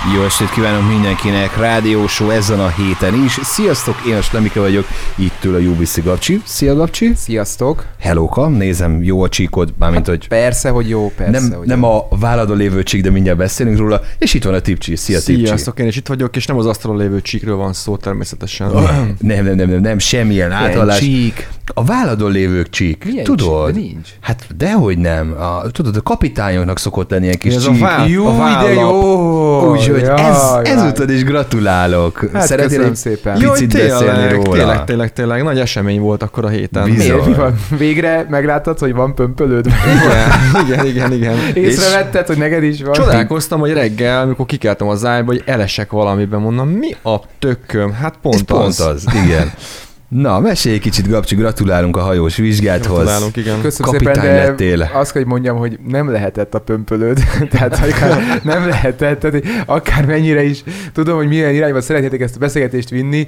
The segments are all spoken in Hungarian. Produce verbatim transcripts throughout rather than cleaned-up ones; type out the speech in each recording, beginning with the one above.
Jó estét kívánok mindenkinek, rádióshow ezen a héten is. Sziasztok, én a Slemike vagyok, itt ül a u bé cé Gabcsi. Szia Gabcsi. Sziasztok. Hellóka, nézem jó a csíkod, mármint hogy... Persze, hogy jó, persze, Nem, hogy nem jó. a váladon lévő csík, de mindjárt beszélünk róla, és itt van a Tipcsi. Szia Tipcsi. Sziasztok, én is itt vagyok, és nem az asztalon lévő csíkről van szó természetesen. Oh, nem, nem, nem, nem, nem, semmilyen áthallás. Csík. A váladon lévő csík, Milyen tudod? csík? De nincs. Hát dehogy nem. A, tudod, a kapitányoknak szokott lenni ilyen kis Ez csík. a vá- Jó, a vállap. de jó! Úgyhogy Jaj, ez, jaj. ezúttal is gratulálok. Hát Szeretnél köszönöm egy szépen. Jó, picit beszélni tényleg, róla? tényleg, tényleg, tényleg, nagy esemény volt akkor a héten. Bizony. Miért? Mi van? Végre megláttad, hogy van pömpölőd? Igen, igen, igen, igen. Észrevetted, hogy neked is van? Csodálkoztam, hogy reggel, amikor kikeltem az ágyba, hogy elesek valamiben, mondom, mi a tököm? Hát pont Ez az. pont az, igen. Na, mesélj egy kicsit, Gabcsi, gratulálunk a hajós vizsgádhoz. Gratulálunk, igen. Köszönöm Kapitány szépen, de lettél. azt kell, hogy mondjam, hogy nem lehetett a pömpölőd. Tehát hogy nem lehetett, tehát akár mennyire is. Tudom, hogy milyen irányba szeretnétek ezt a beszélgetést vinni.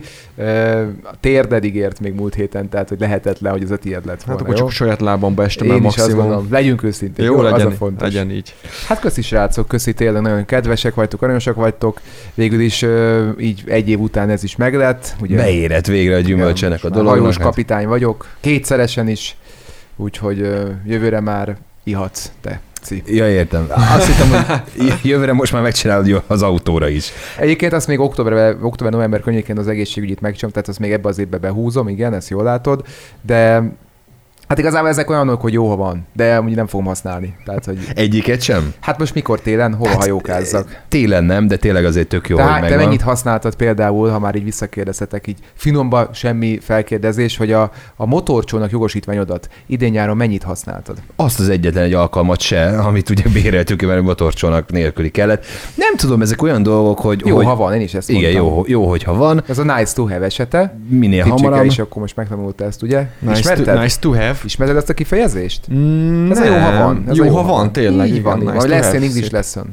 A térdedig ért még múlt héten, tehát hogy lehetetlen, hogy ez a tiéd lett volna. Hát akkor csak jó? saját lábamba estem el Én is azt maximum. gondolom. Legyünk őszintén. Jó, Az legyen, a fontos. legyen így. Hát köszi srácok, köszi, tényleg nagyon kedvesek vagytok, aranyosak vagytok. Végül is uh, így egy év után ez is meglett. Ugye, Beérett végre a gyümölcsenek a már dolognak. hajós hát. kapitány vagyok, kétszeresen is, úgyhogy uh, jövőre már ihatsz te. Ci. Ja, értem. Azt hittem, hogy jövőre most már megcsinálod az autóra is. Egyébként azt még október, október-november környékén az egészségügyit megcsinálom, tehát azt még ebbe az évbe behúzom, igen, ezt jól látod, de hát igazából ezek olyanok, hogy jó, ha van, de úgy nem fogom használni. Tehát, hogy... Egyiket sem? Hát most mikor télen, hova hát, hajókázzak? Télen nem, de tényleg azért tök jó, Te, hogy te megvan. mennyit használtad például, ha már így visszakérdeztetek, így finomba semmi felkérdezés, hogy a, a motorcsónak jogosítványodat idén-nyáron mennyit használtad? Azt az egyetlen egy alkalmat se, amit ugye béreltük, mert a motorcsónak nélküli kellett. Nem tudom, ezek olyan dolgok, hogy... Jó, hogy... ha van, én is ezt Igen, mondtam. jó, jó, hogyha van. Ez a nice to have esete. Minél Tipcsike hamarabb. is akkor most megtanulta ezt, ugye? Nice Ismerted? to, nice to have. Ismered ezt a kifejezést? Mm, Ez a jó, ha van. Ez Jó, a ha van, tényleg. Így igen, van, nice majd to lesz have, egy English szép. lesson.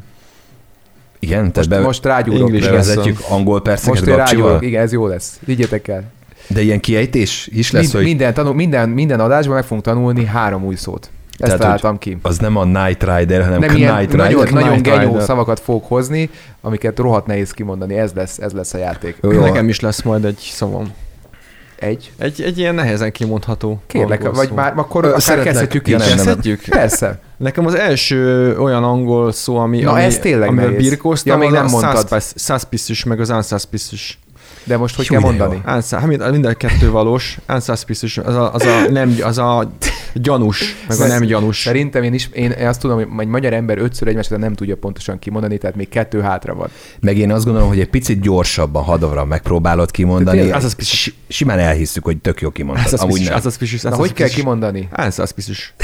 Igen, tehát Most, be, most rágyúrok. English bevezetjük angol perceket Most én Gabcsival. rágyúrok, igen, ez jó lesz. Vigyétek el. De ilyen kiejtés is lesz, Mind, hogy minden, tanul, minden, minden adásban meg fogunk tanulni három új szót. Ezt Tehát, találtam ki. az nem a Knight Rider, hanem Nem Knight ilyen Rider. nagyon, nagyon Knight genyó Rider. szavakat fogok hozni, amiket rohadt nehéz kimondani. Ez lesz, ez lesz a játék. Jó, Nekem is lesz majd egy szavam. Egy. Egy, egy ilyen nehezen kimondható. Kérlek, angol vagy szó. már akkor Ö, akár szeretlek. kezdhetjük Ja, is. nem, nem, nem. Kezdhetjük? Persze. Nekem az első olyan angol szó, ami, Na, ami, ez tényleg amivel nehéz. birkóztam, Ja, még az nem a mondtad. suspicious- suspicious, meg az unsuspicious. De most hogy Hú, kell de jó. mondani? Unsu- hát mind, mind a kettő valós. Unsuspicious, az a, az a, nem, az a gyanús, meg a nem gyanús. Szerintem én is, én azt tudom, hogy egy magyar ember ötször egymás után nem tudja pontosan kimondani, tehát még kettő hátra van. Meg én azt gondolom, hogy egy picit gyorsabban, hadavra megpróbálod kimondani. Tényleg? Az az Si- Simán elhisszük, hogy tök jó kimondtad. Amúgy nem. Unsuspicious. Na, hogy kell kimondani? Unsuspicious.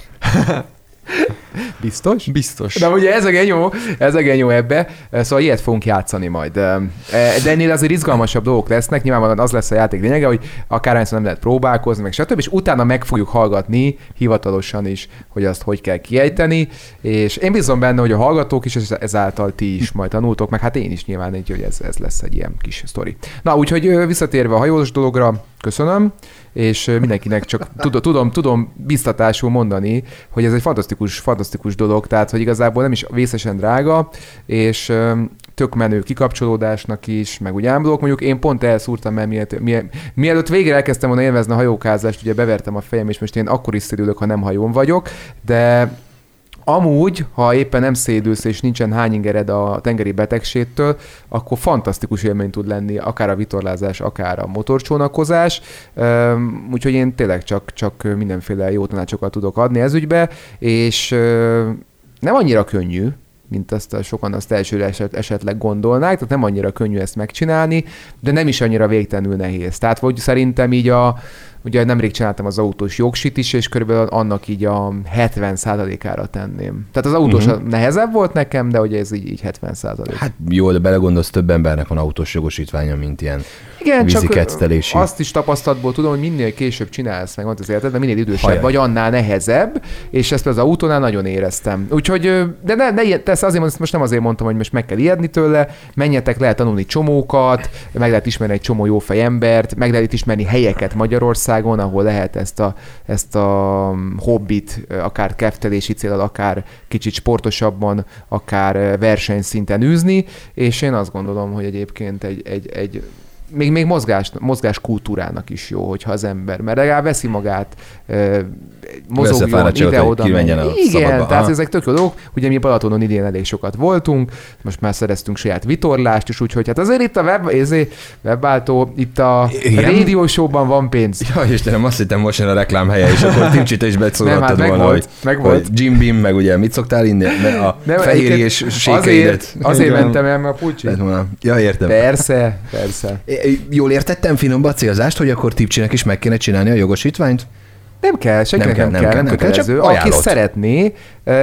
Biztos? Biztos. De ugye ez a genyó, ez a genyó ebbe, szóval ilyet fogunk játszani majd. De ennél azért izgalmasabb dolgok lesznek, nyilvánvalóan az lesz a játék lényege, hogy akárhányszor nem lehet próbálkozni, meg stb. És utána meg fogjuk hallgatni hivatalosan is, hogy azt hogy kell kiejteni, és én bízom benne, hogy a hallgatók is, és ezáltal ti is majd tanultok, meg hát én is nyilván, így, hogy ez, ez lesz egy ilyen kis sztori. Na, úgyhogy ö, visszatérve a hajós dologra, köszönöm, és ö, mindenkinek csak tudom, tudom, tudom biztatásul mondani, hogy ez egy fantasztikus, fantasztikus dolog, tehát hogy igazából nem is vészesen drága, és ö, tök menő kikapcsolódásnak is, meg úgy ámblok. Mondjuk én pont elszúrtam, mert miért, miért, mielőtt végre elkezdtem volna élvezni a hajókázást, ugye bevertem a fejem, és most én akkor is szédülök, ha nem hajón vagyok, de amúgy, ha éppen nem szédülsz és nincsen hányingered a tengeri betegségtől, akkor fantasztikus élmény tud lenni akár a vitorlázás, akár a motorcsónakozás. Üm, úgyhogy én tényleg csak, csak mindenféle jó tanácsokat tudok adni ez ügybe, és üm, nem annyira könnyű, mint azt sokan azt elsőre eset, esetleg gondolnák, tehát nem annyira könnyű ezt megcsinálni, de nem is annyira végtelenül nehéz. Tehát hogy szerintem így a Ugye nemrég csináltam az autós jogsit is, és körülbelül annak így a hetven százalékára tenném. Tehát az autós uh-huh. nehezebb volt nekem, de ugye ez így, így hetven százalék. Hát jó, de belegondolsz, több embernek van autós jogosítványa, mint ilyen Igen, vízikectelési. Csak azt is tapasztalatból tudom, hogy minél később csinálsz meg az életedben, minél idősebb Hajaj. vagy, annál nehezebb, és ezt az autónál nagyon éreztem. Úgyhogy, de ne, ne te persze azért, most nem azért mondtam, hogy most meg kell ijedni tőle, menjetek, lehet tanulni csomókat, meg lehet ismerni egy csomó jófej embert, meg lehet ismerni helyeket Magyarországon, ahol lehet ezt a, ezt a hobbit, akár keftelési céllal, akár kicsit sportosabban, akár versenyszinten űzni, és én azt gondolom, hogy egyébként egy, egy, egy még, még mozgás, mozgás kultúrának is jó, hogyha az ember, mert legalább veszi magát, mozogjon ide-oda. Igen, tehát ezek tök jó dolgok. Ugye mi Balatonon idén elég sokat voltunk, most már szereztünk saját vitorlást is, úgyhogy hát azért itt a web, ezért, webváltó, itt a radio show-ban van pénz. Ja, Istenem, azt hittem most jön a reklámhelye, és akkor Timcsit is beszólaltad hát volna, hogy, meg hogy Jim Beam, meg ugye mit szoktál inni? A fehérjés sékeidet. Azért, azért mentem el, mert a pucsit. Ja, értem. Persze, persze. Jól értettem finomba a célzást, hogy akkor Tipcsinek is meg kéne csinálni a jogosítványt? Nem kell, senkinek nem, nem kell, nem, nem, nem kötelező. Kell, aki szeretné,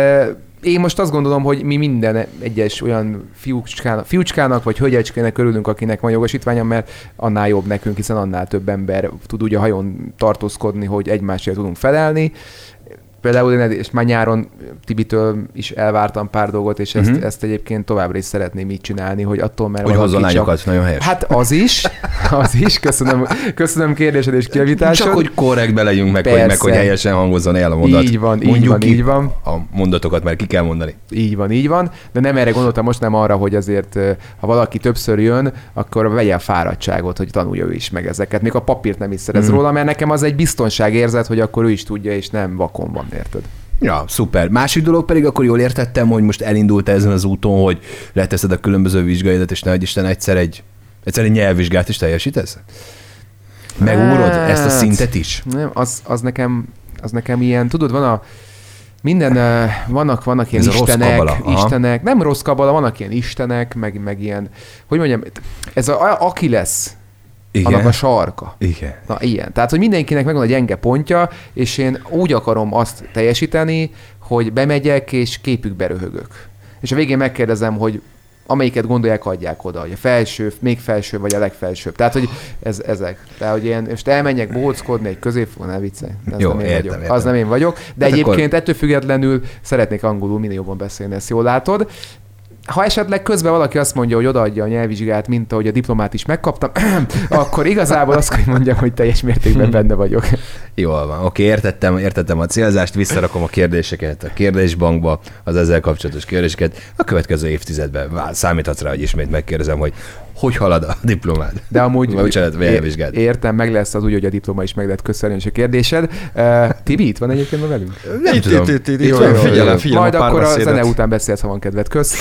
én most azt gondolom, hogy mi minden egyes olyan fiúcskának, fiúcskának vagy hölgyecskének örülünk, akinek van jogosítványa, mert annál jobb nekünk, hiszen annál több ember tud úgy a hajón tartózkodni, hogy egymásért tudunk felelni. Például én és már nyáron Tibitől is elvártam pár dolgot, és ezt, uh-huh. ezt egyébként továbbra is szeretném így csinálni, hogy attól, mert... Hogy hozzon lányokat, nagyon helyes. Hát az is, az is, köszönöm, köszönöm kérdésed és kiavításod. Csak hogy korrektbe legyünk meg, hogy, meg, hogy helyesen hangozzon el a mondat. Így van, így van, így van. A mondatokat már ki kell mondani. Így van, így van, de nem erre gondoltam, most nem arra, hogy azért, ha valaki többször jön, akkor vegye a fáradtságot, hogy tanulja ő is meg ezeket. Még a papírt nem is szerez mm. róla, mert nekem az egy biztonságérzet, hogy akkor ő is tudja, és nem vakon van. Érted? Ja, szuper. Másik dolog pedig akkor jól értettem, hogy most elindult ezen az úton, hogy leteszed a különböző vizsgáidat, és nehogy Isten egyszer egy, egyszer egy nyelvvizsgát is teljesítesz? Megúrod hát, ezt a szintet is? Nem, az, az, nekem, az nekem ilyen, tudod, van a minden, uh, vannak, vannak ilyen ez istenek, istenek, nem rossz kabala, vannak ilyen istenek, meg, meg ilyen, hogy mondjam, ez a Achilles, igen. Annak a sarka. Igen. Na ilyen. Tehát, hogy mindenkinek megvan a gyenge pontja, és én úgy akarom azt teljesíteni, hogy bemegyek, és képükbe röhögök. És a végén megkérdezem, hogy amelyiket gondolják, adják oda, hogy a felső, még felső, vagy a legfelsőbb. Tehát, hogy ez, ezek. Tehát, hogy én most elmenjek bóckodni egy középfokon, ne viccelj. Jó, nem én értem, vagyok. értem. Az nem én vagyok. De hát egyébként akkor... ettől függetlenül szeretnék angolul minél jobban beszélni, ezt jól látod. Ha esetleg közben valaki azt mondja, hogy odaadja a nyelvvizsgát, mint ahogy a diplomát is megkaptam, akkor igazából azt kell mondjam, hogy teljes mértékben benne vagyok. Jól van, oké, értettem, értettem a célzást, visszarakom a kérdéseket a kérdésbankba, az ezzel kapcsolatos kérdéseket. A következő évtizedben számíthatsz rá, hogy ismét megkérdezem, hogy hogy halad a diplomád. De amúgy ér, értem, meg lesz az úgy, hogy a diploma is meg lehet köszönni, és a kérdésed. Uh, Tibi, itt van egyébként ma velünk? Nem tudom. Figyelem, figyelem. Majd akkor a zene után beszélsz, ha van kedved. Kösz.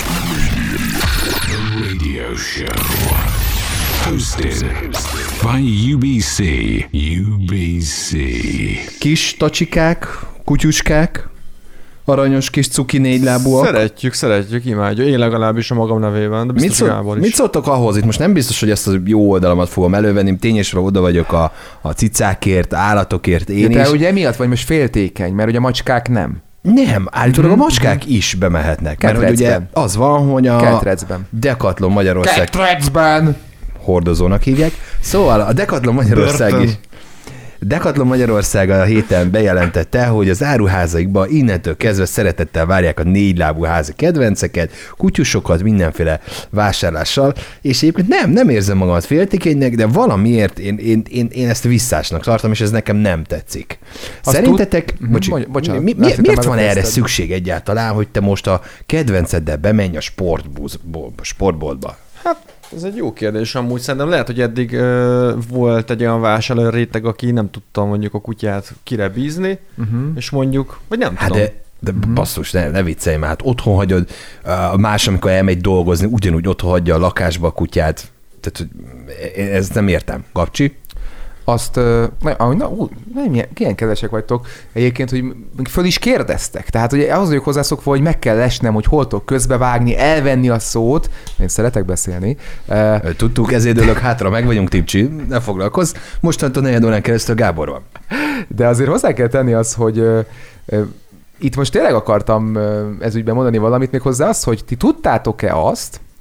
Radio show hosted by U B C. U B C. Kis tacsikák, kutyuskák, aranyos kis cuki négylábúak. Szeretjük, szeretjük, imádjuk. Én legalábbis a magam nevében, de biztos mit, Gábor is. Mit szóltok ahhoz? Itt most nem biztos, hogy ezt a jó oldalamat fogom elővenni. Tényesre oda vagyok a, a cicákért, állatokért én de is. De ugye emiatt vagy most féltékeny, mert ugye a macskák nem. Nem, állítólag a macskák is bemehetnek. Mert hogy ugye az van, hogy a Ketrecben. Decathlon Magyarország... Ketrecben! Hordozónak hívják. Szóval a Decathlon Magyarország Börtön. is... Decathlon Magyarország a héten bejelentette, hogy az áruházaikban innentől kezdve szeretettel várják a négylábú házi kedvenceket, kutyusokat mindenféle vásárlással, és egyébként nem, nem érzem magamat féltékenynek, de valamiért én, én, én, én ezt visszásnak tartom, és ez nekem nem tetszik. Azt Szerintetek, tud... bocsi, Bocsánat, mi, mi, miért van erre szükség egyáltalán, hogy te most a kedvenceddel bemenj a sportboltba? Hát, ez egy jó kérdés amúgy. Szerintem lehet, hogy eddig uh, volt egy olyan vásárló réteg, aki nem tudta mondjuk a kutyát kire bízni, uh-huh. és mondjuk, vagy nem hát tudom. De, de uh-huh. basszus, ne, ne viccelj már, hát otthon hagyod, uh, más, amikor elmegy dolgozni, ugyanúgy otthon hagyja a lakásba a kutyát. Tehát, hogy ezt nem értem. Kapcsi? Azt, na, na ú, nem, ilyen, ilyen kedvesek vagytok egyébként, hogy föl is kérdeztek. Tehát, hogy ahhoz vagyok hozzászokva, hogy meg kell lesnem, hogy hol tudok közbevágni, elvenni a szót. Én szeretek beszélni. Tudtuk, ezért dőlök hátra, meg vagyunk, Tipcsi, ne foglalkozz. Mostantól negyed órán keresztül Gábor van. De azért hozzá kell tenni az, hogy uh, uh, itt most tényleg akartam uh, ezügyben mondani valamit, még hozzá az, hogy ti tudtátok-e azt,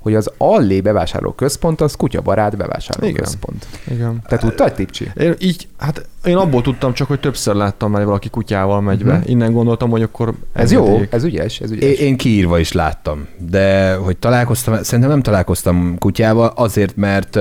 hogy az Allé bevásárlóközpont az kutyabarát bevásárlóközpont. Igen. Te tudtad, Tipcsi? Én így, hát én abból tudtam csak, hogy többször láttam már valaki kutyával megy be. Uh-huh. Innen gondoltam, hogy akkor Ez jó, engedélyek. ez ügyes, ez ügyes. Én, én kiírva is láttam, de hogy találkoztam, szerintem nem találkoztam kutyával, azért, mert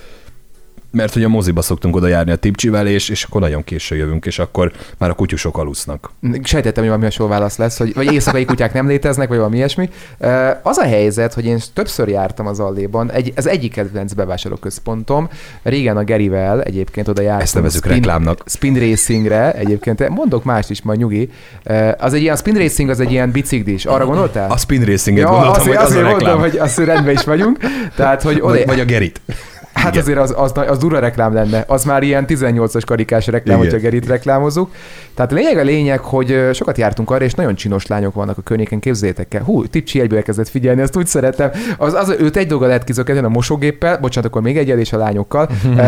mert hogy a moziba szoktunk oda járni a Tipcsivel, és, és akkor nagyon késő jövünk, és akkor már a kutyusok alusznak. Sejtettem, hogy valami hasonló válasz lesz, hogy vagy éjszakai kutyák nem léteznek, vagy valami ilyesmi. Az a helyzet, hogy én többször jártam az Alléban, egy, ez egyik kedvenc bevásárlóközpontom, régen a Gerivel egyébként oda jártam. Ezt nevezzük reklámnak. Spin racingre egyébként, mondok mást is, majd nyugi. Az egy ilyen spin racing, az egy ilyen biciklis. Arra gondoltál? A spin racinget ja, gondoltam, azért, hogy az azért a reklám. mondom, hogy azt rendben is vagyunk. Tehát, hogy oda... vagy, vagy a Gerit. Hát igen. Azért az, az, az durva reklám lenne. Az már ilyen tizennyolcas karikás reklám, igen. Hogyha Gerit reklámozzuk. Tehát a lényeg a lényeg, hogy sokat jártunk arra, és nagyon csinos lányok vannak a környéken, képzeljétek el. Hú, Tipcsi egyből elkezdett figyelni, azt úgy szeretem. Az, az, őt egy dolga lehet kizökkenni a mosógéppel, bocsánat, akkor még egy és a lányokkal,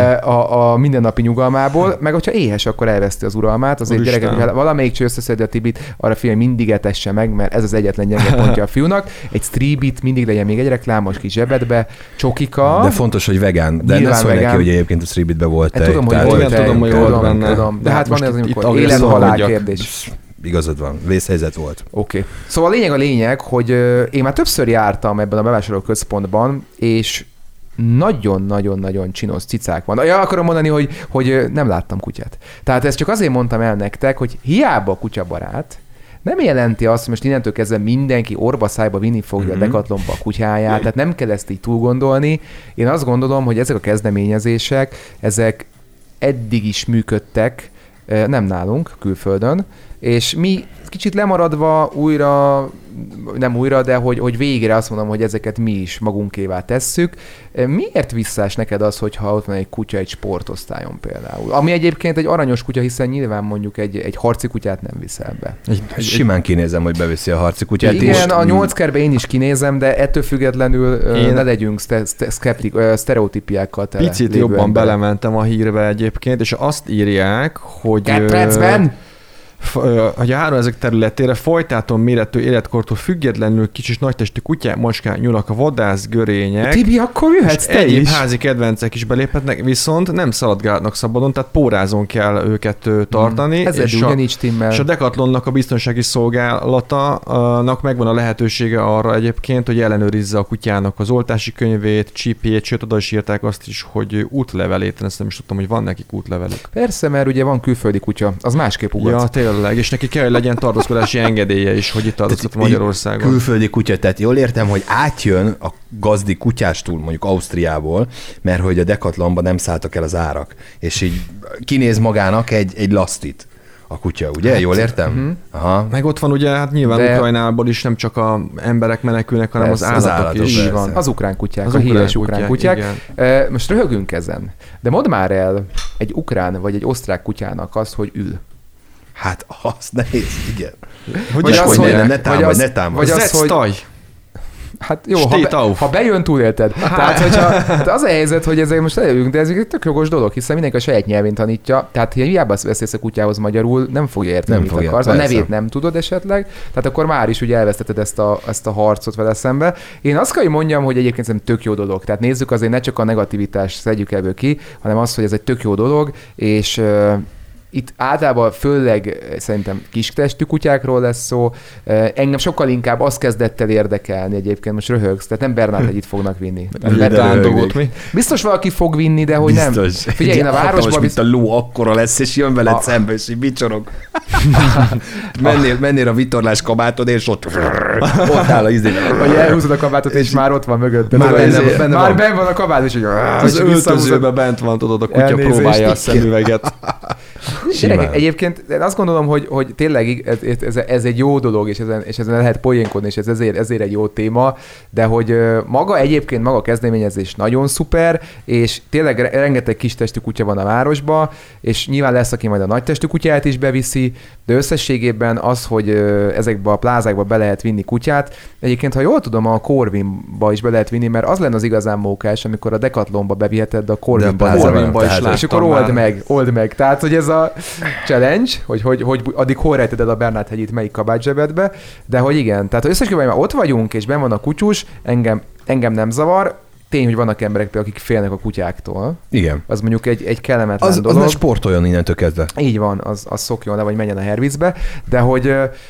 a, a mindennapi nyugalmából, meg hogyha éhes, akkor elveszti az uralmát. Azért Úristen. gyerekek, valamelyik cső összeszedi a Tibit, arra figyelj, mindig etesse meg, mert ez az egyetlen gyenge pontja a fiúnak. Egy streebit, mindig legyen még egy reklám, most kis zsebedbe, csokika. De fontos, hogy vegán. De ne szólj neki, hogy egyébként a streebitben volt tej. Tudom, hogy volt tej, tudom, hogy volt benne. Tudom. De hát van ez, amikor élet-halál kérdés. Igazad van, vészhelyzet volt. Oké. Okay. Szóval a lényeg a lényeg, hogy én már többször jártam ebben a bevásárlóközpontban, és nagyon-nagyon-nagyon csinos cicák van. Ja, akarom mondani, hogy, hogy nem láttam kutyát. Tehát ezt csak azért mondtam el nektek, hogy hiába kutyabarát, nem jelenti azt, hogy most innentől kezdve mindenki orba szájba vinni fogja mm-hmm. a Decathlonba a kutyáját, tehát nem kell ezt így túl gondolni. Én azt gondolom, hogy ezek a kezdeményezések, ezek eddig is működtek, nem nálunk, külföldön, és mi kicsit lemaradva újra, nem újra, de hogy, hogy végre azt mondom, hogy ezeket mi is magunkévá tesszük. Miért visszás neked az, hogyha ott van egy kutya egy sportosztályon például? Ami egyébként egy aranyos kutya, hiszen nyilván mondjuk egy, egy harci kutyát nem viszel be. Egy, egy, Simán kinézem, hogy beviszi a harci kutyát. Igen, a nyolc kerbe én is kinézem, de ettől függetlenül én ne legyünk szkeptik, sztereotípiákkal tele. Picit jobban ember. Belementem a hírbe egyébként, és azt írják, hogy... Ketrecben! hogy a háromezek területére folytáton méretű életkortól függetlenül kis és nagytestű kutyák, macskák, nyulak, vadász, görények. Tibi, akkor jöhetsz te egyéb is. házi kedvencek is beléphetnek, viszont nem szaladgálhatnak szabadon, tehát pórázon kell őket tartani. Hmm. Ez és, a, a, és a Decathlonnak a biztonsági szolgálatának megvan a lehetősége arra egyébként, hogy ellenőrizze a kutyának az oltási könyvét, csípjét, sőt oda is írták azt is, hogy útlevelét, ezt nem is tudtam, hogy van nekik útlevelük. Persze, mert ugye van külföldi kutya, az másképp ugat. Ja, tényleg, és neki kell, hogy legyen tartózkodási engedélye is, hogy itt tartózkodott Magyarországon. Külföldi kutya, tehát jól értem, hogy átjön a gazdi kutyástól, mondjuk Ausztriából, mert hogy a Decathlonban nem szálltak el az árak, és így kinéz magának egy, egy lasztit a kutya, ugye? Hát, jól értem? Uh-huh. Aha. Meg ott van ugye, hát nyilván De... Ukrajnából is nem csak a emberek menekülnek, hanem persze, az állatok, az állatok is. Van. Az ukrán kutyák, az a híres ukrán kutyák. kutyák. Most röhögünk ezen. De mondd már el egy ukrán vagy egy osztrák kutyának azt, hogy ül. Hát az nehéz, igen. Hogy vagy az, hogy ne, ne támadj, ne támadj. Vagy az, hogy... Hát jó, ha, be, ha bejön, túlélted. Tehát, hogyha, az a helyzet, hogy ezek most eljövünk, de ez egy tök jogos dolog, hiszen mindenki a saját nyelvén tanítja. Tehát, ha hiába beszélsz a kutyához magyarul, nem fogja érteni, nem mit akarsz. A nevét nem tudod esetleg, tehát akkor már is ugye elvesztetted ezt a, ezt a harcot vele szembe. Én azt kell, hogy mondjam, hogy egyébként szerintem tök jó dolog. Tehát nézzük azért, ne csak a negativitást szedjük ebből ki, hanem az, hogy ez egy tök jó dolog, és itt általában főleg szerintem kistestű kutyákról lesz szó. Engem sokkal inkább az kezdett el érdekelni egyébként, most röhögsz, tehát nem Bernát egyit fognak vinni. Mi? Biztos valaki fog vinni, de hogy biztos. Nem. Figyelj, én a városban... Biztos, mint a ló akkora lesz, és jön veled a... szembe, és így bicsorog. mennél, mennél a vitorlás kabátod, és ott, ott áll a izé. Vagy elhúzod a kabátot, és már ott van mögött. Már benne, benne, benne már benn van a kabát, és hogy... Az öltözőben bent van, tudod, a kutya próbálja a szemüveget. Gyerekek, egyébként én azt gondolom, hogy, hogy tényleg ez, ez, ez egy jó dolog, és ezen, és ezen lehet poénkodni, és ez ezért, ezért egy jó téma, de hogy maga egyébként, maga a kezdeményezés nagyon szuper, és tényleg rengeteg kistestű kutya van a városban, és nyilván lesz, aki majd a nagytestű kutyát is beviszi, de összességében az, hogy ezekbe a plázákba be lehet vinni kutyát, egyébként, ha jól tudom, a Corvinba is be lehet vinni, mert az lenne az igazán mókás, amikor a Decathlonba beviheted, a Corvinba, Corvinba is és akkor old meg, old meg. Tehát, hogy ez a challenge, hogy, hogy, hogy addig hol rejted el a Bernát hegyit melyik kabátzsebedbe, de hogy igen, tehát összességében már ott vagyunk, és benn van a kutyus, engem, engem nem zavar, tény, hogy vannak emberek például, akik félnek a kutyáktól. Igen. Az mondjuk egy, egy kellemetlen Az, dolog. az ne sportoljon innentől kezdve. Így van, az, az szokjon le, vagy menjen a hervicbe, de hogy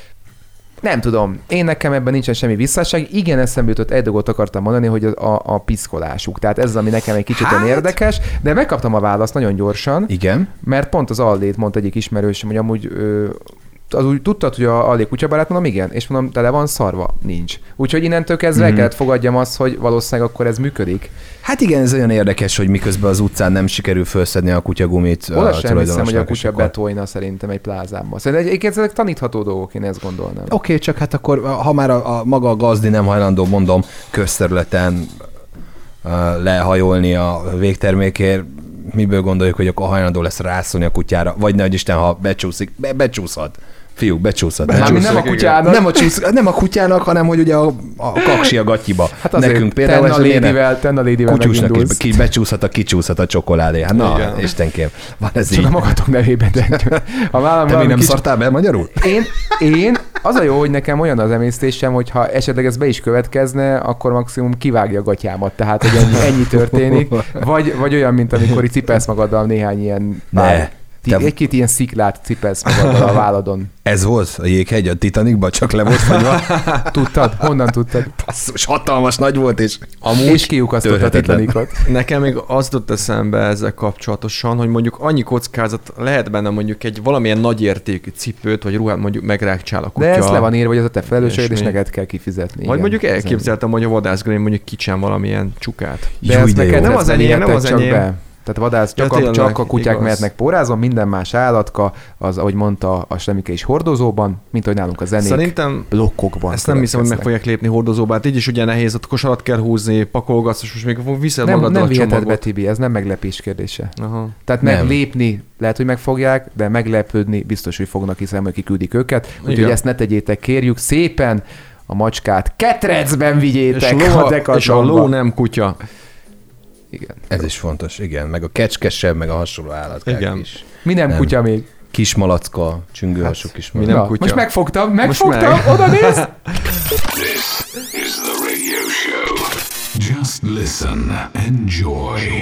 nem tudom, én nekem ebben nincsen semmi visszásság. Igen, eszembe jutott, egy dolgot akartam mondani, hogy a, a, a piszkolásuk. Tehát ez, ami nekem egy kicsit hát... érdekes, de megkaptam a választ nagyon gyorsan. Igen. Mert pont az Allét mondta egyik ismerősöm, hogy amúgy ö, az úgy tudtad, hogy a Allé kutyabarát, mondom, igen, és mondom, tele van szarva? Nincs. Úgyhogy innentől kezdve mm-hmm. kellett fogadjam azt, hogy valószínűleg akkor ez működik. Hát igen, ez olyan érdekes, hogy miközben az utcán nem sikerül felszedni a kutyagumit. Oda sem hiszem, hogy a kutya betolna szerintem egy plázában. Szerintem egyébként ezek tanítható dolgok, én ezt gondolnám. Oké, okay, csak hát akkor, ha már a, a maga a gazdi nem hajlandó, mondom, közterületen uh, lehajolni a végtermékért, miből gondoljuk, hogy akkor hajlandó lesz rászólni a kutyára, vagy nehogy Isten, ha becsúszik, be, becsúszhat. Fiúk, becsúszhat. Be, nem a kutyának. Nem a, csúsz, nem a kutyának, hanem hogy ugye a, a kaksi a gatyiba. Hát azért nekünk például ten a lédivel, ten a lédivel kutyusnak is ki becsúszhat a kicsúszhat a csokoládé. Hát na, igen. Istenkém. Van ez csak így. a magatok nevében. De ha vállam, te mi nem kicsi... szartál be magyarul? Én, én, az a jó, hogy nekem olyan az emésztésem, hogy ha esetleg ez be is következne, akkor maximum kivágja a gatyámat. Tehát, hogy ennyi, ennyi történik. Vagy, vagy olyan, mint amikor így cipelsz magaddal néhány ilyen pár, Te... Egy-két ilyen sziklát cipelsz magaddal a válladon. Ez volt a jéghegy a Titanicban, csak le volt fagyva. Tudtad? Honnan tudtad? Basszus, hatalmas nagy volt, és amúgy és kiukasztott a Titanicot. Nekem még az jutott eszembe ezzel kapcsolatosan, hogy mondjuk annyi kockázat lehet benne mondjuk egy valamilyen nagyértékű cipőt, vagy ruhát mondjuk megrákcsál a kutya. De ez le van írva, hogy ez a te felelősséged, és neked kell kifizetni. Vagy igen, mondjuk elképzeltem, hogy a vadászgörén mondjuk kicsán valamilyen csukát. De Jó, ezt de neked nem az enyém, nem az enyém. Tehát vadász, csak, ja, a, csak a kutyák igaz. Mehetnek pórázon, minden más állatka, az, ahogy mondta a Slemike is, hordozóban, mint hogy nálunk a zenék szerintem blokkokban. Ezt nem hiszem, hogy meg fogják lépni hordozóba, hát így is ugye nehéz, ott kosarat kell húzni, pakolgatsz, és most még viszed nem, magaddal nem a csomagot. Nem viheted be, Tibi, ez nem meglepés kérdése. Aha. Tehát nem. Meglépni lehet, hogy megfogják, de meglepődni biztos, hogy fognak, hiszen hogy kiküldik őket. Úgyhogy ezt ne tegyétek, kérjük szépen, a macskát ketrecben vigyétek. És, ló, és a ló nem kutya. Igen. Ez is fontos, igen. Meg a kecskesebb, meg a hasonló állatkák igen. is. Mi nem, nem kutya még? Kismalacka, csüngőhasú hát, kismalacka. Mi nem kutya. Most megfogtam, megfogtam, meg. Oda néz! This is the radio show. Just listen, enjoy.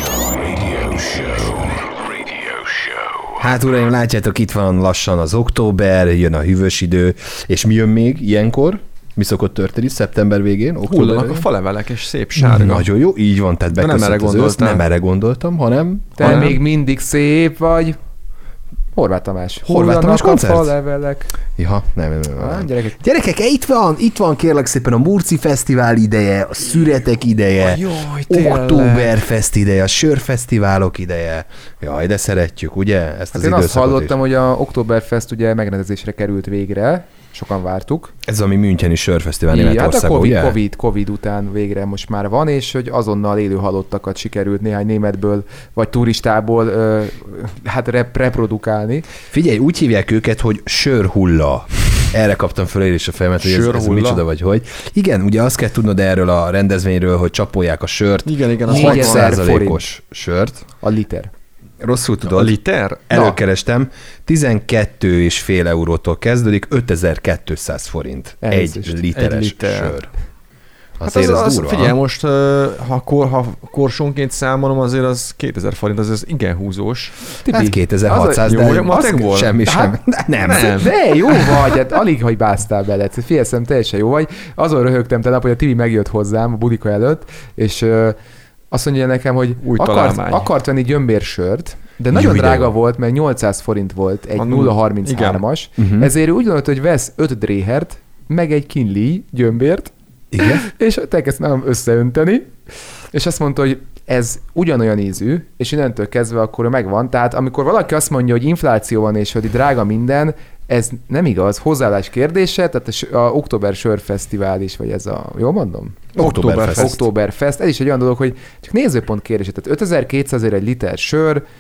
Radio show. Radio show. Hát uraim, látjátok, itt van lassan az október, jön a hűvös idő, és mi jön még ilyenkor? Mi szokott történni szeptember végén? Hullanak a falevelek, és szép sárga. Nagyon jó, így van, tehát beköszönt az ősz, nem erre gondoltam, hanem... Te hanem... még mindig szép vagy. Horváth Tamás. Horváth Tamás koncert? Falevelek. Ja, nem, nem, nem. Ah, gyerekek. Gyerekek, itt van, itt van kérlek szépen a Murci Fesztivál ideje, a Szüretek ideje, Jaj, Oktoberfest ideje, a Sörfesztiválok ideje. Jaj, de szeretjük, ugye? Ezt az hát én azt hallottam, is. hogy a Oktoberfest ugye megrendezésre került végre. Sokan vártuk. Ez ami Müncheni Sörfesztivál Németországban, hát a COVID, ugye? COVID, COVID után végre most már van, és hogy azonnal élő halottakat sikerült néhány németből, vagy turistából ö, hát rep- reprodukálni. Figyelj, úgy hívják őket, hogy sörhulla. Erre kaptam föl én is a fejemet, hogy ez, ez micsoda vagy hogy. Igen, ugye azt kell tudnod erről a rendezvényről, hogy csapolják a sört. Igen, igen. hat százalékos sört. A liter. Rosszul tudod. A liter? Előkerestem. tizenkét és fél eurótól kezdődik, ötezer-kétszáz forint. Egy literes egy liter. Sör. Azért hát az, az, az figyelj, most ha, kor, ha korsónként számolom, azért az kétezer forint, az, az igen húzós. Tibi, hát kétezer-hatszáz, de jó, az semmi sem. Nem. nem. De jó vagy, hát alig, hogy báztál bele. Figyelj, teljesen jó vagy. Azon röhögtem tegnap, hogy a Tibi megjött hozzám a budika előtt, és azt mondja nekem, hogy akart, akart venni gyömbérsört, de nagyon jó, drága jó. volt, mert nyolcszáz forint volt egy nulla harminchárom-as, uh-huh. ezért úgy gondolt, hogy vesz öt dréhert, meg egy Kinley gyömbért, igen? És elkezdtem összeönteni, és azt mondta, hogy ez ugyanolyan ízű, és innentől kezdve akkor megvan. Tehát amikor valaki azt mondja, hogy infláció van, és hogy drága minden, ez nem igaz, hozzáállás kérdése, tehát a, a Oktober Sörfesztivál is, vagy ez a, jól mondom? Oktoberfest. Oktoberfest. Ez is egy olyan dolog, hogy csak nézőpont kérdése. Tehát ötezer-kétszáz egy liter sör,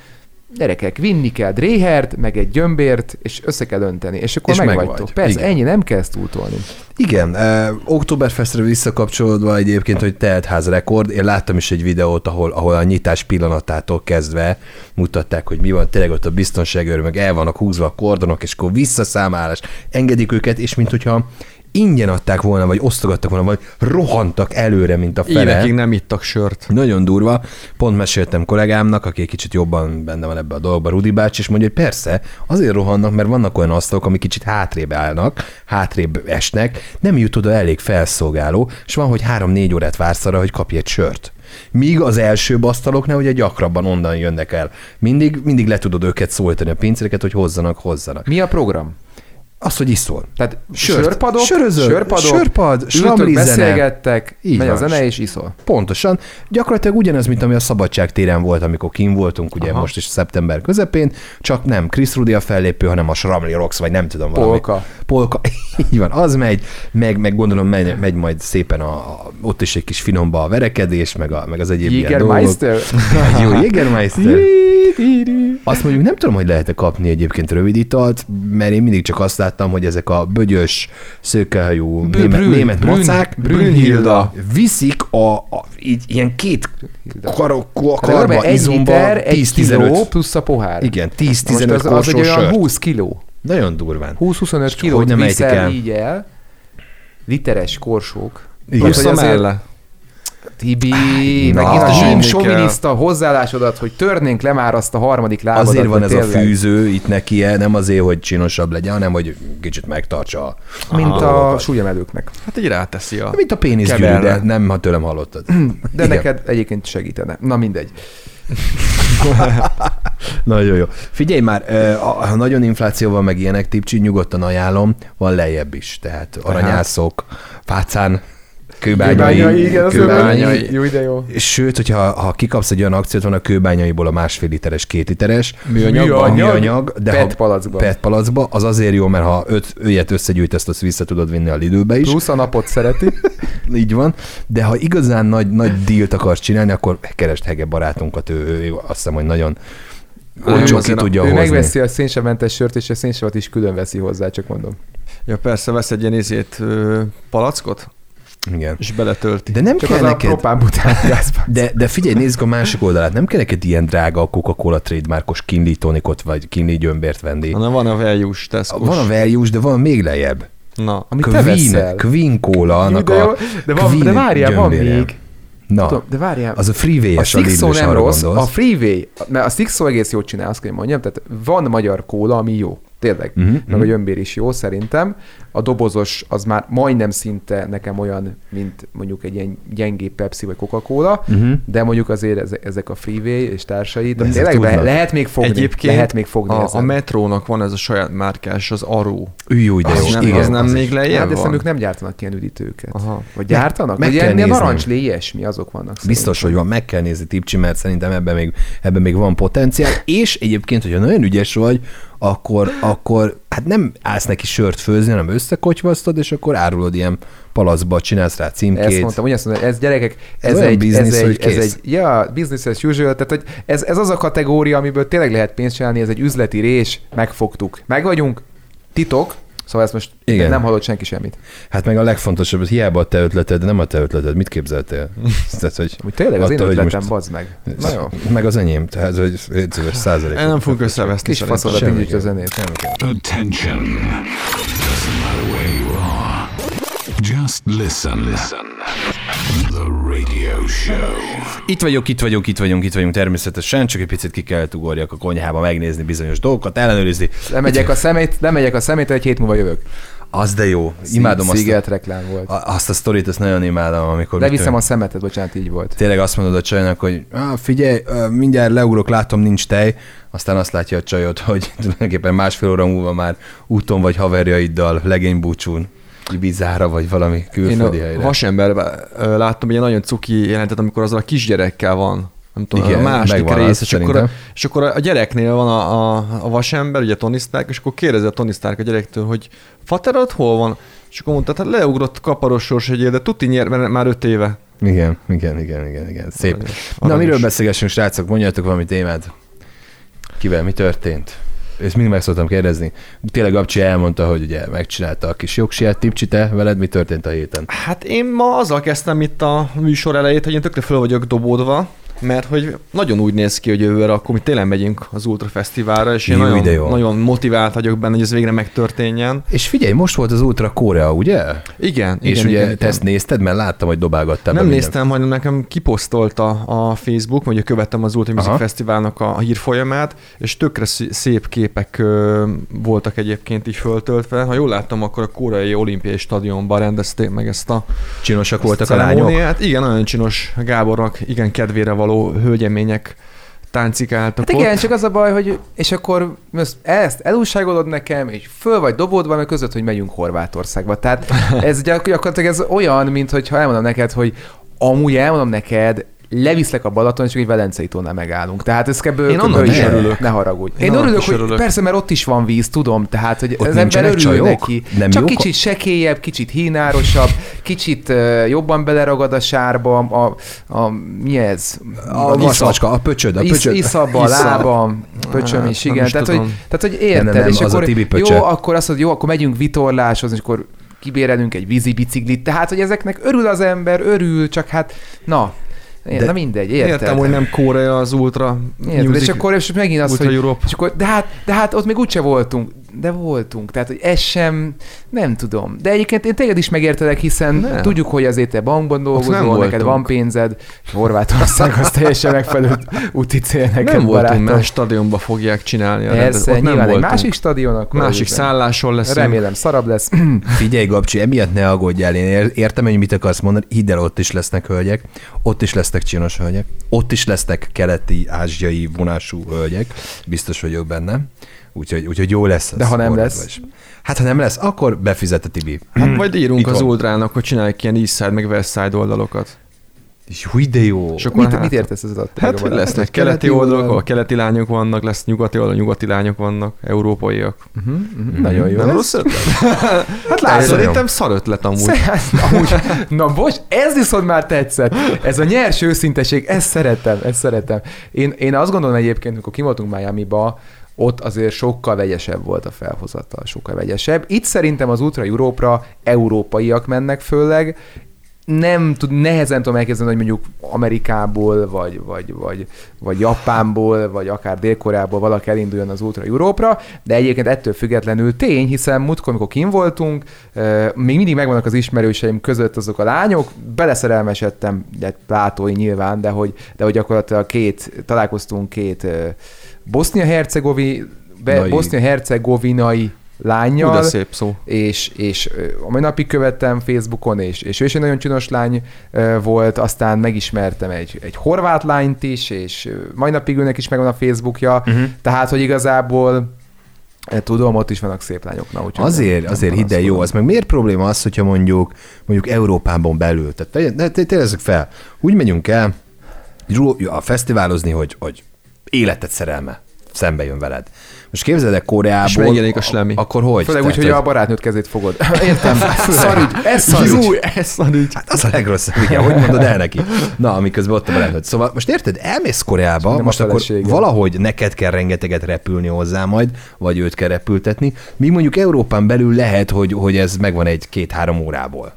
gyerekek, vinni kell dréhert, meg egy gyömbért, és össze kell önteni, és akkor És meg meg vagytok. vagy. Persze, Igen. ennyi, nem kell ezt túltolni. Igen, uh, Oktoberfestre visszakapcsolódva egyébként, hogy teltház rekord, én láttam is egy videót, ahol, ahol a nyitás pillanatától kezdve mutatták, hogy mi van, tényleg ott a biztonságőr, meg el vannak húzva a kordonok, és akkor visszaszámálás, engedik őket, és mint hogyha ingyen adták volna, vagy osztogattak volna, vagy rohantak előre, mint a fele. Évekig nem ittak sört. Nagyon durva. Pont meséltem kollégámnak, aki egy kicsit jobban benne van ebbe a dologba, Rudi bácsi, és mondja, hogy persze, azért rohannak, mert vannak olyan asztalok, amik kicsit hátrébb állnak, hátrébb esnek, nem jut oda elég felszolgáló, és van, hogy három-négy órát vársz arra, hogy kapj egy sört. Míg az elsőbb asztaloknál ugye gyakrabban onnan jönnek el. Mindig, mindig le tudod őket szólítani a pincéreket, hogy hozzanak, hozzanak. Mi a program? Az, hogy iszol. Tehát Sört. sörpadok, Sörözöl, sörpadok, sörpad, ültök, slamli zene. beszélgettek, Így megy a van. zene és iszol. Pontosan. Gyakorlatilag ugyanaz, mint ami a Szabadság téren volt, amikor kim voltunk, ugye Aha. most is szeptember közepén, csak nem Chris Rudi a fellépő, hanem a Sramli Rocks, vagy nem tudom valami. Polka. Polka. Így van, az megy, meg, meg gondolom megy, megy majd szépen a, a, ott is egy kis finomba a verekedés, meg, a, meg az egyéb ilyen dolgok. Jägermeister? Jó, Jägermeister. Azt mondjuk nem tudom, hogy lehet-e kapni egyébként rövid italt, mert én mindig csak azt láttam, hogy ezek a bögyös, szőkehajú Brün- német, Brün- német Brün- macák Brünnhilda. viszik a, a így, ilyen két karok, Hát karba, körbe egy izomba liter, egy kiló tíz-tizenöt. plusz a pohár. Igen, Most tíz-tizenöt az, az egy korsó olyan sört. húsz kiló. Nagyon durván. húsz-huszonöt És kilót hogy nem ejtik viszel el. így el. Literes korsók. Igen. Hogy Plusz a azért- melle. Tibi, Na, megint a zsímni zsím kell. soviniszta hozzáállásodat, hogy törnénk le már azt a harmadik lábadat. Azért van hogy ez a tényleg. fűző itt neki, nem azért, hogy csinosabb legyen, hanem hogy kicsit megtartsa a... Mint a dolgokat. súlyemelőknek. Hát így ráteszi a... Mint a péniszgyűrű, Keverre. de nem, ha tőlem hallottad. De Igen. neked egyébként segítene. Na mindegy. Nagyon jó. Figyelj már, ö, ha nagyon inflációval meg ilyenek, Tipcsi, nyugodtan ajánlom, van lejjebb is, tehát aranyászok, Pácán, kőbányai, igen, az kőbányai. kőbányai. Jó, de jó. Sőt, hogyha ha kikapsz egy olyan akciót, van a kőbányaiból a másfél literes, két literes, Műanyagban. műanyag, de Pet ha palacban. pet palacba, az azért jó, mert ha öt ilyet összegyűjtesz, azt vissza tudod vinni a Lidlbe is. Plusz a napot szereti. Így van, de ha igazán nagy, nagy dílt akarsz csinálni, akkor keresd Hege barátunkat, ő, ő, ő azt hiszem, hogy nagyon olcsó ki azért a- tudja Ő hozni. megveszi a szénsavmentes sört, és a szénsavat is külön veszi hozzá, csak mondom. Ja persze, vesz egy ilyen izét, ö, palackot, Igen. és beletölti. De nem Csak kell az neked... a propánbután gázban. De, de figyelj, nézzük a másik oldalát. Nem kell neked ilyen drága a Coca-Cola trademarkos Kinley tonikot, vagy Kinley gyömbért venni. Hanem van a values Tesco-s. Van a values, de van még lejjebb. Na, Amit te Queen, veszel. Queen Cola-nak de, jó, a de, van, de Queen várjál, van gyömbére. még. Na, Tudom, de várjál. az a Freeway-es a, a Sixo Lidl-ös, nem arra rossz, gondolsz. a Freeway, mert a Sixo egész jót csinál, azt kell hogy mondjam, tehát van magyar kóla, ami jó. Tényleg. Mhm, Meg mhm. a gyömbér is jó szerintem. A dobozos az már majdnem szinte nekem olyan, mint mondjuk egy ilyen gyengébb Pepsi vagy Coca-Cola, Mhm. de mondjuk azért ezek, ezek a Freeway és társai, de De ezek tényleg le, tudnak. lehet még fogni. egyébként lehet még fogni a, a ezen. metrónak van ez a saját márkás, az Aró. Ő jó, de Az jó. nem, Igen, az nem az még is. lejjebb Hát, de van. szerintem ők nem gyártanak ilyen üdítőket. Aha. Vagy gyártanak? meg Vagy kell ilyen, ilyen nézni. narancslé, ilyesmi, azok vannak. Biztos, hogy van, meg kell nézni, Tipcsi, mert szerintem ebben még, ebben még van potenciál, és egyébként, hogyha nagyon ügyes vagy, akkor, akkor hát nem állsz neki sört főzni, hanem összekotyvasztod, és akkor árulod ilyen palacba, csinálsz rá címkét. Ezt mondtam, hogy azt mondom, ez gyerekek, Ez ez, olyan egy, business, ez, hogy egy, ez kész. egy, ja, business as usual, tehát hogy ez, ez az a kategória, amiből tényleg lehet pénzt csinálni, ez egy üzleti rés, megfogtuk. Meg vagyunk, titok, szóval ezt most Igen. nem hallott senki semmit. Hát meg a legfontosabb, hogy hiába a te ötleted, nem a te ötleted. Mit képzeltél? Tehát, hogy Úgy tényleg az én attól, hogy ötletem, most- bazd meg. Na jó, Meg az enyém, tehát hogy ötször százalék. Nem fogunk összeveszni. kis szerintem. faszodat semmi indítja a kell. zenét. Attention. Doesn't matter where you are. Just listen. Listen. The radio show. Itt vagyok, itt vagyunk, itt vagyunk, itt vagyunk természetesen, csak egy picit ki kell ugorjak a konyhába, megnézni bizonyos dolgokat, ellenőrizni. Lemegyek a szemét, lemegyek a szemét, egy hét múlva jövök. Az de jó. Imádom azt a, Sziget reklám volt. a- azt a sztorit, azt nagyon imádom, amikor... Leviszem a mit szemetet, bocsánat, így volt. tényleg azt mondod a csajnak, hogy ah, figyelj, ah, mindjárt leugrok, látom, nincs tej, aztán azt látja a csajod, hogy tulajdonképpen másfél óra múlva már úton vagy haverjaiddal, legénybúcsún, Ibizára, vagy valami Én külföldi a helyre. vasemberben ö, láttam egy ilyen nagyon cuki jelentet, amikor azzal a kisgyerekkel van. Nem tudom, Igen, a második megvan rész, az, és akkor, a, szerintem. és akkor a gyereknél van a, a, a vasember, ugye Tony Stark, és akkor kérdezi a Tony Stark a gyerektől, hogy faterod hol van? És akkor mondta, hát leugrott kaparos sorsegyél, de tuti nyer, mert már öt éve. Igen, igen, igen, igen, igen. Szép. Aranyos. Na, Aranyos. miről beszélgessünk, srácok? Mondjatok valami témát. Kivel mi történt? Ezt mindig meg szoktam kérdezni. Tényleg Gabcsi elmondta, hogy ugye megcsinálta a kis jogsiát. Tipcsi, te veled mi történt a héten? Hát én ma azzal kezdtem itt a műsor elejét, hogy én tökre föl vagyok dobódva, mert hogy nagyon úgy néz ki, hogy jövőre akkor mi tényleg megyünk az Ultra Fesztiválra, és én nagyon, nagyon motivált vagyok benne, hogy ez végre megtörténjen. És figyelj, most volt az Ultra Korea, ugye? Igen. És igen, ugye igen, te ezt nézted, mert láttam, hogy dobálgattál. Nem néztem, hanem nekem kiposztolta a Facebook, hogy követtem az Ultra Music Fesztiválnak a hírfolyamát, és tökre szép képek voltak egyébként így föltöltve. Ha jól láttam, akkor a koreai olimpiai stadionban rendezték meg ezt a Csinosak voltak a lányok? Igen, nagyon csinos Gábornak, igen kedvére való hölgyemények táncikáltak hát igen, ott. csak az a baj, hogy és akkor ezt elújságolod nekem, és föl vagy dobódva, mert között, hogy megyünk Horvátországba. Tehát ez gyakorlatilag ez olyan, mint hogyha elmondom neked, hogy amúgy elmondom neked, leviszlek a Balaton, és egy Velencei tónál megállunk. Tehát ez ebből én annak is örülök. Ne haragudj. Én, én örülök, hogy örülök. Persze, mert ott is van víz, tudom, tehát hogy ott az ember örül csajok? neki. Nem Csak jók? kicsit sekélyebb, kicsit hínárosabb, kicsit uh, jobban beleragad a sárba, a, a mi ez? A vaslacska, a pöcsöd, a pöcsöd. Isz, iszabba, a lábam, pöcsöm is, igen. is Tehát, hogy, tehát, hogy érted, nem, nem, és az akkor a Tibi jó, akkor azt mondod, jó, akkor megyünk vitorláshoz, és akkor kibérelünk egy vízi biciklit. Tehát, hogy ezeknek örül az ember, örül, csak hát, na, Én, na mindegy, érted. Értem, hogy nem Korea az Ultra Érted, Music, és akkor és megint az, Ultra hogy Europe. és akkor, de, hát, de hát ott még úgyse voltunk, de voltunk, tehát hogy ez sem, nem tudom. De egyébként én téged is megértelek, hiszen nem. tudjuk, hogy azért te bankban dolgozol, neked van pénzed, Horvátország az teljesen megfelelő úti cél nekem, nem voltunk, barátom. mert stadionba fogják csinálni. A Persze, ott nyilván nem egy másik stadion, akkor másik szálláson lesz. Remélem szarabb lesz. Figyelj, Gabcsi, emiatt ne aggódjál, én értem, hogy mit akarsz mondani, hidd el, ott is lesznek hölgyek, ott is lesznek csinos hölgyek, ott is lesznek keleti, ázsiai vonású hölgyek, biztos vagyok benne, úgyhogy, úgyhogy jó lesz. De ha nem lesz? Is. Hát ha nem lesz, akkor befizet a Tibi. Hát majd írunk Itt az van. Ultrának, hogy csinálják ilyen East Side meg West Side oldalokat. Jó, de jó. És akkor Mit, hát, mit értesz ez alatt? Hát, hogy lesznek keleti oldalak, ahol keleti lányok vannak, lesz nyugati oldalak, nyugati lányok vannak, európaiak. Uh-huh, uh-huh. Nagyon jó. Nem lesz. rossz ötlet? Hát látod, Szerintem szar ötlet amúgy. amúgy. Na most, ez viszont már tetszett. Ez a nyers őszinteség, ezt szeretem, ezt szeretem. Én, én azt gondolom egyébként, amikor ki voltunk Miamiba, ott azért sokkal vegyesebb volt a felhozatal, sokkal vegyesebb. Itt szerintem az Ultra Európra európaiak mennek főleg, nem tud, nehezen tudom elképzelni, hogy mondjuk Amerikából, vagy, vagy, vagy, vagy Japánból, vagy akár Dél-Koreából valaki elinduljon az Ultra Európra, de egyébként ettől függetlenül tény, hiszen múltkor, amikor kint voltunk, még mindig megvannak az ismerőseim között azok a lányok, beleszerelmesedtem, de plátói nyilván, de hogy, de hogy gyakorlatilag két, találkoztunk két bosznia-hercegovi, bosznia-hercegovinai lányjal, Ú, de szép szó. És, és a mai napig követtem Facebookon, és, és ő is egy nagyon csinos lány volt, aztán megismertem egy, egy horvát lányt is, és mai napig őnek is megvan a Facebookja, uh-huh. tehát, hogy igazából tudom, ott is vannak szép lányok. Na, azért, nem, azért hidd el, jó, az meg miért probléma az, hogyha mondjuk, mondjuk Európában belül, tehát tényezzük fel, úgy megyünk el a fesztiválozni, hogy, hogy életed szerelme szembe jön veled. Most képzeld el Koreából, és megjelenik a slemi. Akkor hogy? Főleg úgy, hogy a barátnőt kezét fogod. Értem. Szarügy, ez szarügy. Ez szarügy. Hát az a legrosszabb, igen, hogy mondod el neki. Na, amiközben ott a barátnőd. Szóval most érted, elmész Koreába, nem most akkor valahogy neked kell rengeteget repülni hozzá majd, vagy őt kell repültetni, míg mondjuk Európán belül lehet, hogy, hogy ez megvan egy két-három órából.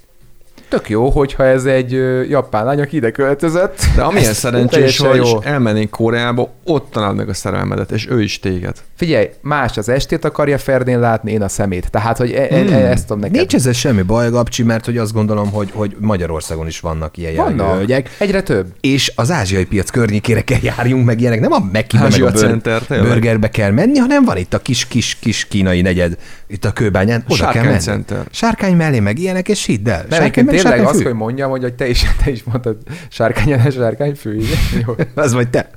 Tök jó, hogyha ez egy ö, japán lány, aki ide költözött. De amilyen szerencsés, hogy jó. elmennénk Koreába, ott találd meg a szerelmedet, és ő is téged. Figyelj, más az estét akarja Ferdén látni, én a szemét. Tehát, hogy e- e- e- ezt tudom neked. Nincs ezzel semmi baj, Gabcsi, mert hogy azt gondolom, hogy, hogy Magyarországon is vannak ilyen jellegű hölgyek. Egyre több. És az ázsiai piac környékére kell járjunk meg ilyenek. Nem a Mekkibe meg a Center, burgerbe kell menni, hanem van itt a kis, kis, kis kínai negyed, itt a Kőbányán. Oda kell menni. Center. Sárkány mellé meg ilyenek, és hidd el. Nem, Sárkány meg, tényleg sárkány azt, fű. hogy mondjam, hogy te is, te is mondtad sárkány, sárkány fű. Jó. Az vagy te.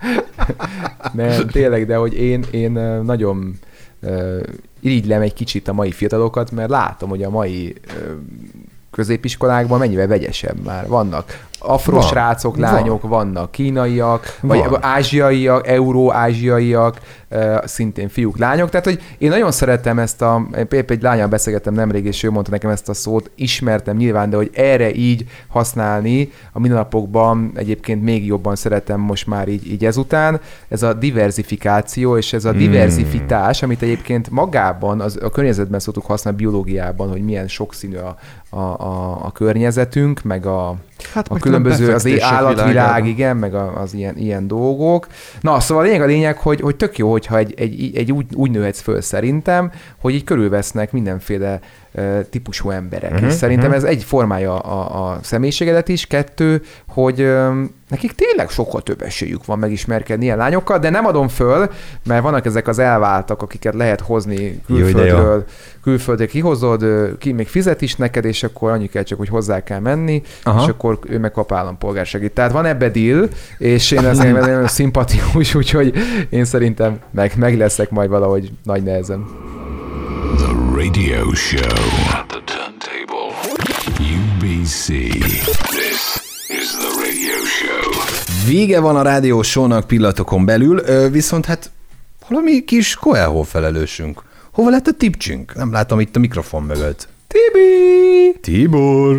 Nem, tényleg, de hogy én, én nagyon uh, irigylem egy kicsit a mai fiatalokat, mert látom, hogy a mai uh, középiskolákban mennyivel vegyesebb már vannak. afrosrácok, lányok van. vannak, kínaiak, van. vagy ázsiaiak, euró-ázsiaiak, szintén fiúk, lányok. Tehát, hogy én nagyon szeretem ezt a, épp egy lányal beszélgettem nemrég, és ő mondta nekem ezt a szót, ismertem nyilván, de hogy erre így használni a mindennapokban egyébként még jobban szeretem most már így, így ezután. Ez a diversifikáció, és ez a diverzifitás, amit egyébként magában, az, a környezetben szoktuk használni biológiában, hogy milyen sokszínű a, a, a, a környezetünk, meg a, hát a különböző az állatvilág, világában. Igen, meg a, az ilyen, ilyen dolgok. Na, szóval a lényeg a lényeg, hogy, hogy tök jó, hogyha egy, egy, egy úgy, úgy nőhetsz föl szerintem, hogy így körülvesznek mindenféle uh, típusú emberek. Uh-huh, és szerintem uh-huh. ez egy formája a, a személyiségedet is. Kettő, hogy um, nekik tényleg sokkal több esélyük van megismerkedni ilyen lányokkal, de nem adom föl, mert vannak ezek az elváltak, akiket lehet hozni külföldről. Külföldre kihozod, ki még fizet is neked, és akkor annyi kell csak, hogy hozzá kell menni, aha. és akkor ő meg kap állampolgárságit. Tehát van ebbe deal, és én azért nagyon szimpatikus, úgyhogy én szerintem meg, meg leszek majd valahogy nagy nehezen. The radio show at the turntable. U B C. This is the radio show. Vége van a rádió show-nak pillanatokon belül, viszont hát valami kis Coelho felelősünk. Hova lett a tipcsünk? Nem látom itt a mikrofon mögött. Tibi! Tibor!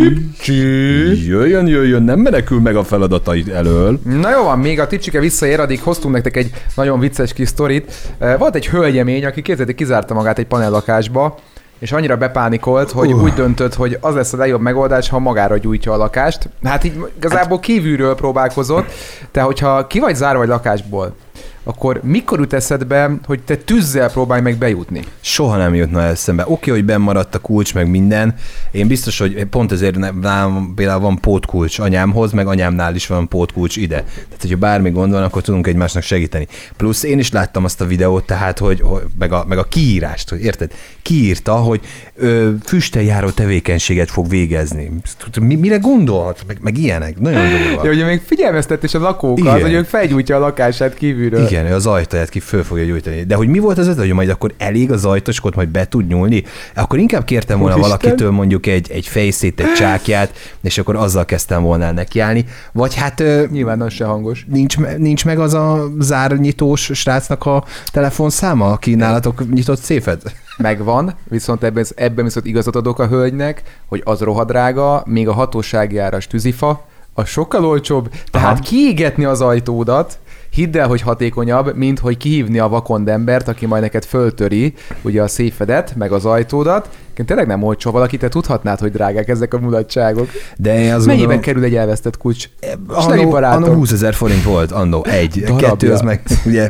Tipcsi! Jöjjön, jöjjön, nem menekül meg a feladatait elől. Na jó van, még a tipcsike visszaér, addig hoztunk nektek egy nagyon vicces kis sztorit. Volt egy hölgyemény, aki képzeljétek, kizárta magát egy panellakásba, és annyira bepánikolt, hogy uh. úgy döntött, hogy az lesz a legjobb megoldás, ha magára gyújtja a lakást. Hát így igazából kívülről próbálkozott, de hogyha ki vagy zárva egy lakásból, akkor mikor jut eszedbe, hogy te tűzzel próbálj meg bejutni? Soha nem jutna eszembe. Oké, okay, hogy benn maradt a kulcs, meg minden. Én biztos, hogy pont ezért nálam például van pótkulcs anyámhoz, meg anyámnál is van pótkulcs ide. Tehát, hogyha bármi gond van, akkor tudunk egymásnak segíteni. Plusz én is láttam azt a videót, tehát, hogy, hogy meg, a, meg a kiírást, hogy érted? Kiírta, hogy ö, füstteljáró tevékenységet fog végezni. Mi, mire gondolhat? Meg, meg ilyenek. Nagyon durva. Ja, ugye még figyelmeztet is a lakókat, hogy ők felgyújtja a lakását kívülről. Igen, az ajtaját ki föl fogja gyújtani. De hogy mi volt az ötlet, hogy majd akkor elég az ajtóskot, majd be tud nyúlni? Akkor inkább kértem volna Úristen. valakitől mondjuk egy, egy fejszét, egy csákját, és akkor azzal kezdtem volna nekiállni. Vagy hát... Nyilván az se hangos. Nincs, nincs meg az a zárnyitós srácnak a telefonszáma, aki nálatok nyitott széfet? Megvan, viszont ebben, ebben viszont igazat adok a hölgynek, hogy az rohadrága, még a hatósági áras tűzifa, az sokkal olcsóbb, tehát aha. kiégetni az ajtódat, hidd el, hogy hatékonyabb, mint hogy kihívni a vakond embert, aki majd neked föltöri ugye a széfedet, meg az ajtódat. Tényleg nem olcsó, valaki, te tudhatnád, hogy drágák ezek a mulatságok. De az mennyiben mondom, kerül egy elvesztett kulcs? Anno húszezer forint volt, annó, egy. Darabja. Kettő, az meg, ugye,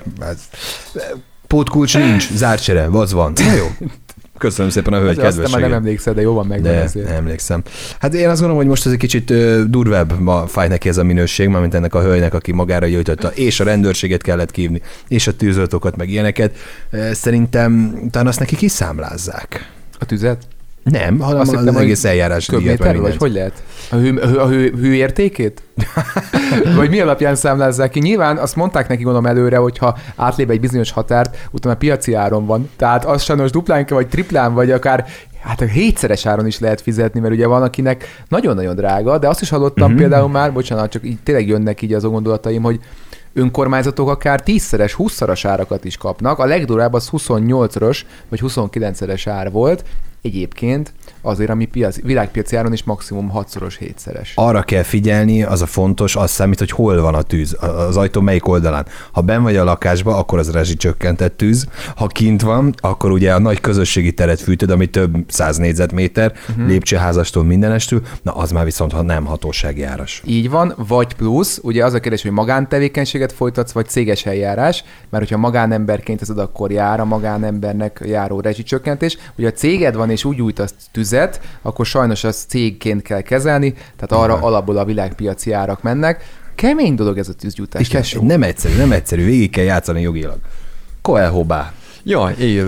pótkulcs nincs, zárcsere, az van. Na jó. Köszönöm szépen a hölgy kedvességét. Aztán már nem emlékszel, de jó van megvan ezért. emlékszem. Hát én azt gondolom, hogy most ez egy kicsit uh, durvább ma fáj neki ez a minőség, mármint ennek a hölgynek, aki magára gyújtotta, és a rendőrséget kellett kívni, és a tűzoltókat, meg ilyeneket. Uh, szerintem talán azt neki kiszámlázzák. A tüzet? Nem, hanem azt az, hittem, az egész eljárás. Köbméter, vagy hogy lehet? A hő, a hő, hőértékét? Vagy mi alapján számlázzák ki? Nyilván azt mondták neki gondolom előre, hogy ha átlép egy bizonyos határt, utána piaci áron van. Tehát az sajnos duplán vagy triplán, vagy akár hát a hétszeres áron is lehet fizetni, mert ugye van, akinek nagyon-nagyon drága, de azt is hallottam mm-hmm. például már, bocsánat, csak így tényleg jönnek így azon gondolataim, hogy önkormányzatok akár tízszeres, húszszoros árakat is kapnak. A legdurább az huszonnyolcas vagy huszonkilencszeres ár volt. Egyébként azért, ami piac, világpiaci áron is maximum hatszoros, hétszeres. Arra kell figyelni, az a fontos, az számít, hogy hol van a tűz, az ajtó melyik oldalán. Ha benn vagy a lakásba, akkor az rezsicsökkentett tűz. Ha kint van, akkor ugye a nagy közösségi teret fűtöd, ami több száz négyzetméter, uh-huh. lépcsőházastól mindenestől, na az már viszont nem hatósági áras. Így van, vagy plusz, ugye az a kérdés, hogy magántevékenységet folytatsz, vagy céges eljárás, mert hogyha magánemberként teszed, akkor jár a magánembernek járó rezsicsökkentés. Ugye a céged van, és úgy újtasz tüzet, akkor sajnos azt cégként kell kezelni, tehát arra Aha. alapból a világpiaci árak mennek. Kemény dolog ez a tűzgyújtás. Igen, nem egyszerű, nem egyszerű, végig kell játszani jogilag. Coelho bá. Jaj, én jövök.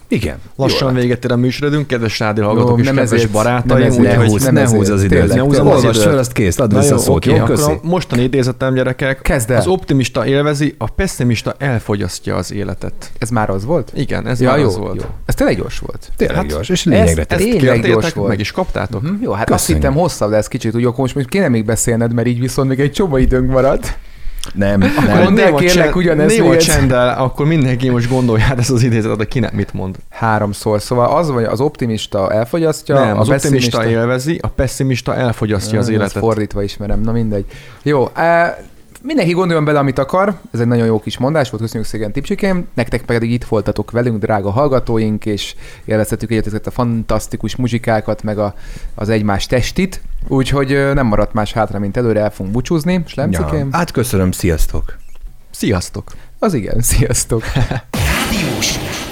Igen. Lassan véget ér a műsorodunk, kedves rádió hallgatók és nem kedves ezért- barátaim. nem ezért- Ne úgyhogy- húzz, nem ne ezért. húzz az időt. Tényleg, ne húzzam Te az olvasd időt. fel, azt kész, add Na vissza a jó, szót. oké, Jó, akkor köszi. a mostani idézetem, gyerekek. Kezd el. Az optimista élvezi, a pessimista elfogyasztja az életet. Ez már az volt? Igen, ez Ja, már jó, az volt. jó. Ez tényleg gyors volt. Tényleg Hát, gyors, és lényegre ezt- tett. Ezt Tényleg gyors kértétek, volt. meg is kaptátok? Hm, jó, hát Köszönjük. azt hittem hosszabb lesz kicsit, úgy akkor most, most kéne még beszélned, mert így viszont még egy csomó időnk maradt. Nem, Mondd nem. el, kérlek, ugyanezt Néma még egy- csenddel, akkor mindenki most gondolja át ezt az idézetet, de kinek mit mond. Háromszor. Szóval az, hogy az optimista elfogyasztja, Nem, a az optimista pessimista- élvezi, a pessimista elfogyasztja az Ezt életet. fordítva ismerem, na mindegy. Jó, e, mindenki gondoljon bele, amit akar. Ez egy nagyon jó kis mondás volt, köszönjük szépen, Tipcsikém. Nektek pedig itt voltatok velünk, drága hallgatóink, és élvezhetjük egyet ezeket a fantasztikus muzsikákat, meg a, az egymás testit. Úgyhogy ö, nem maradt más hátra, mint előre, el fogunk búcsúzni. Slemcikém? Ja. Hát köszönöm, sziasztok. Sziasztok! Az igen, sziasztok. Rádiósok.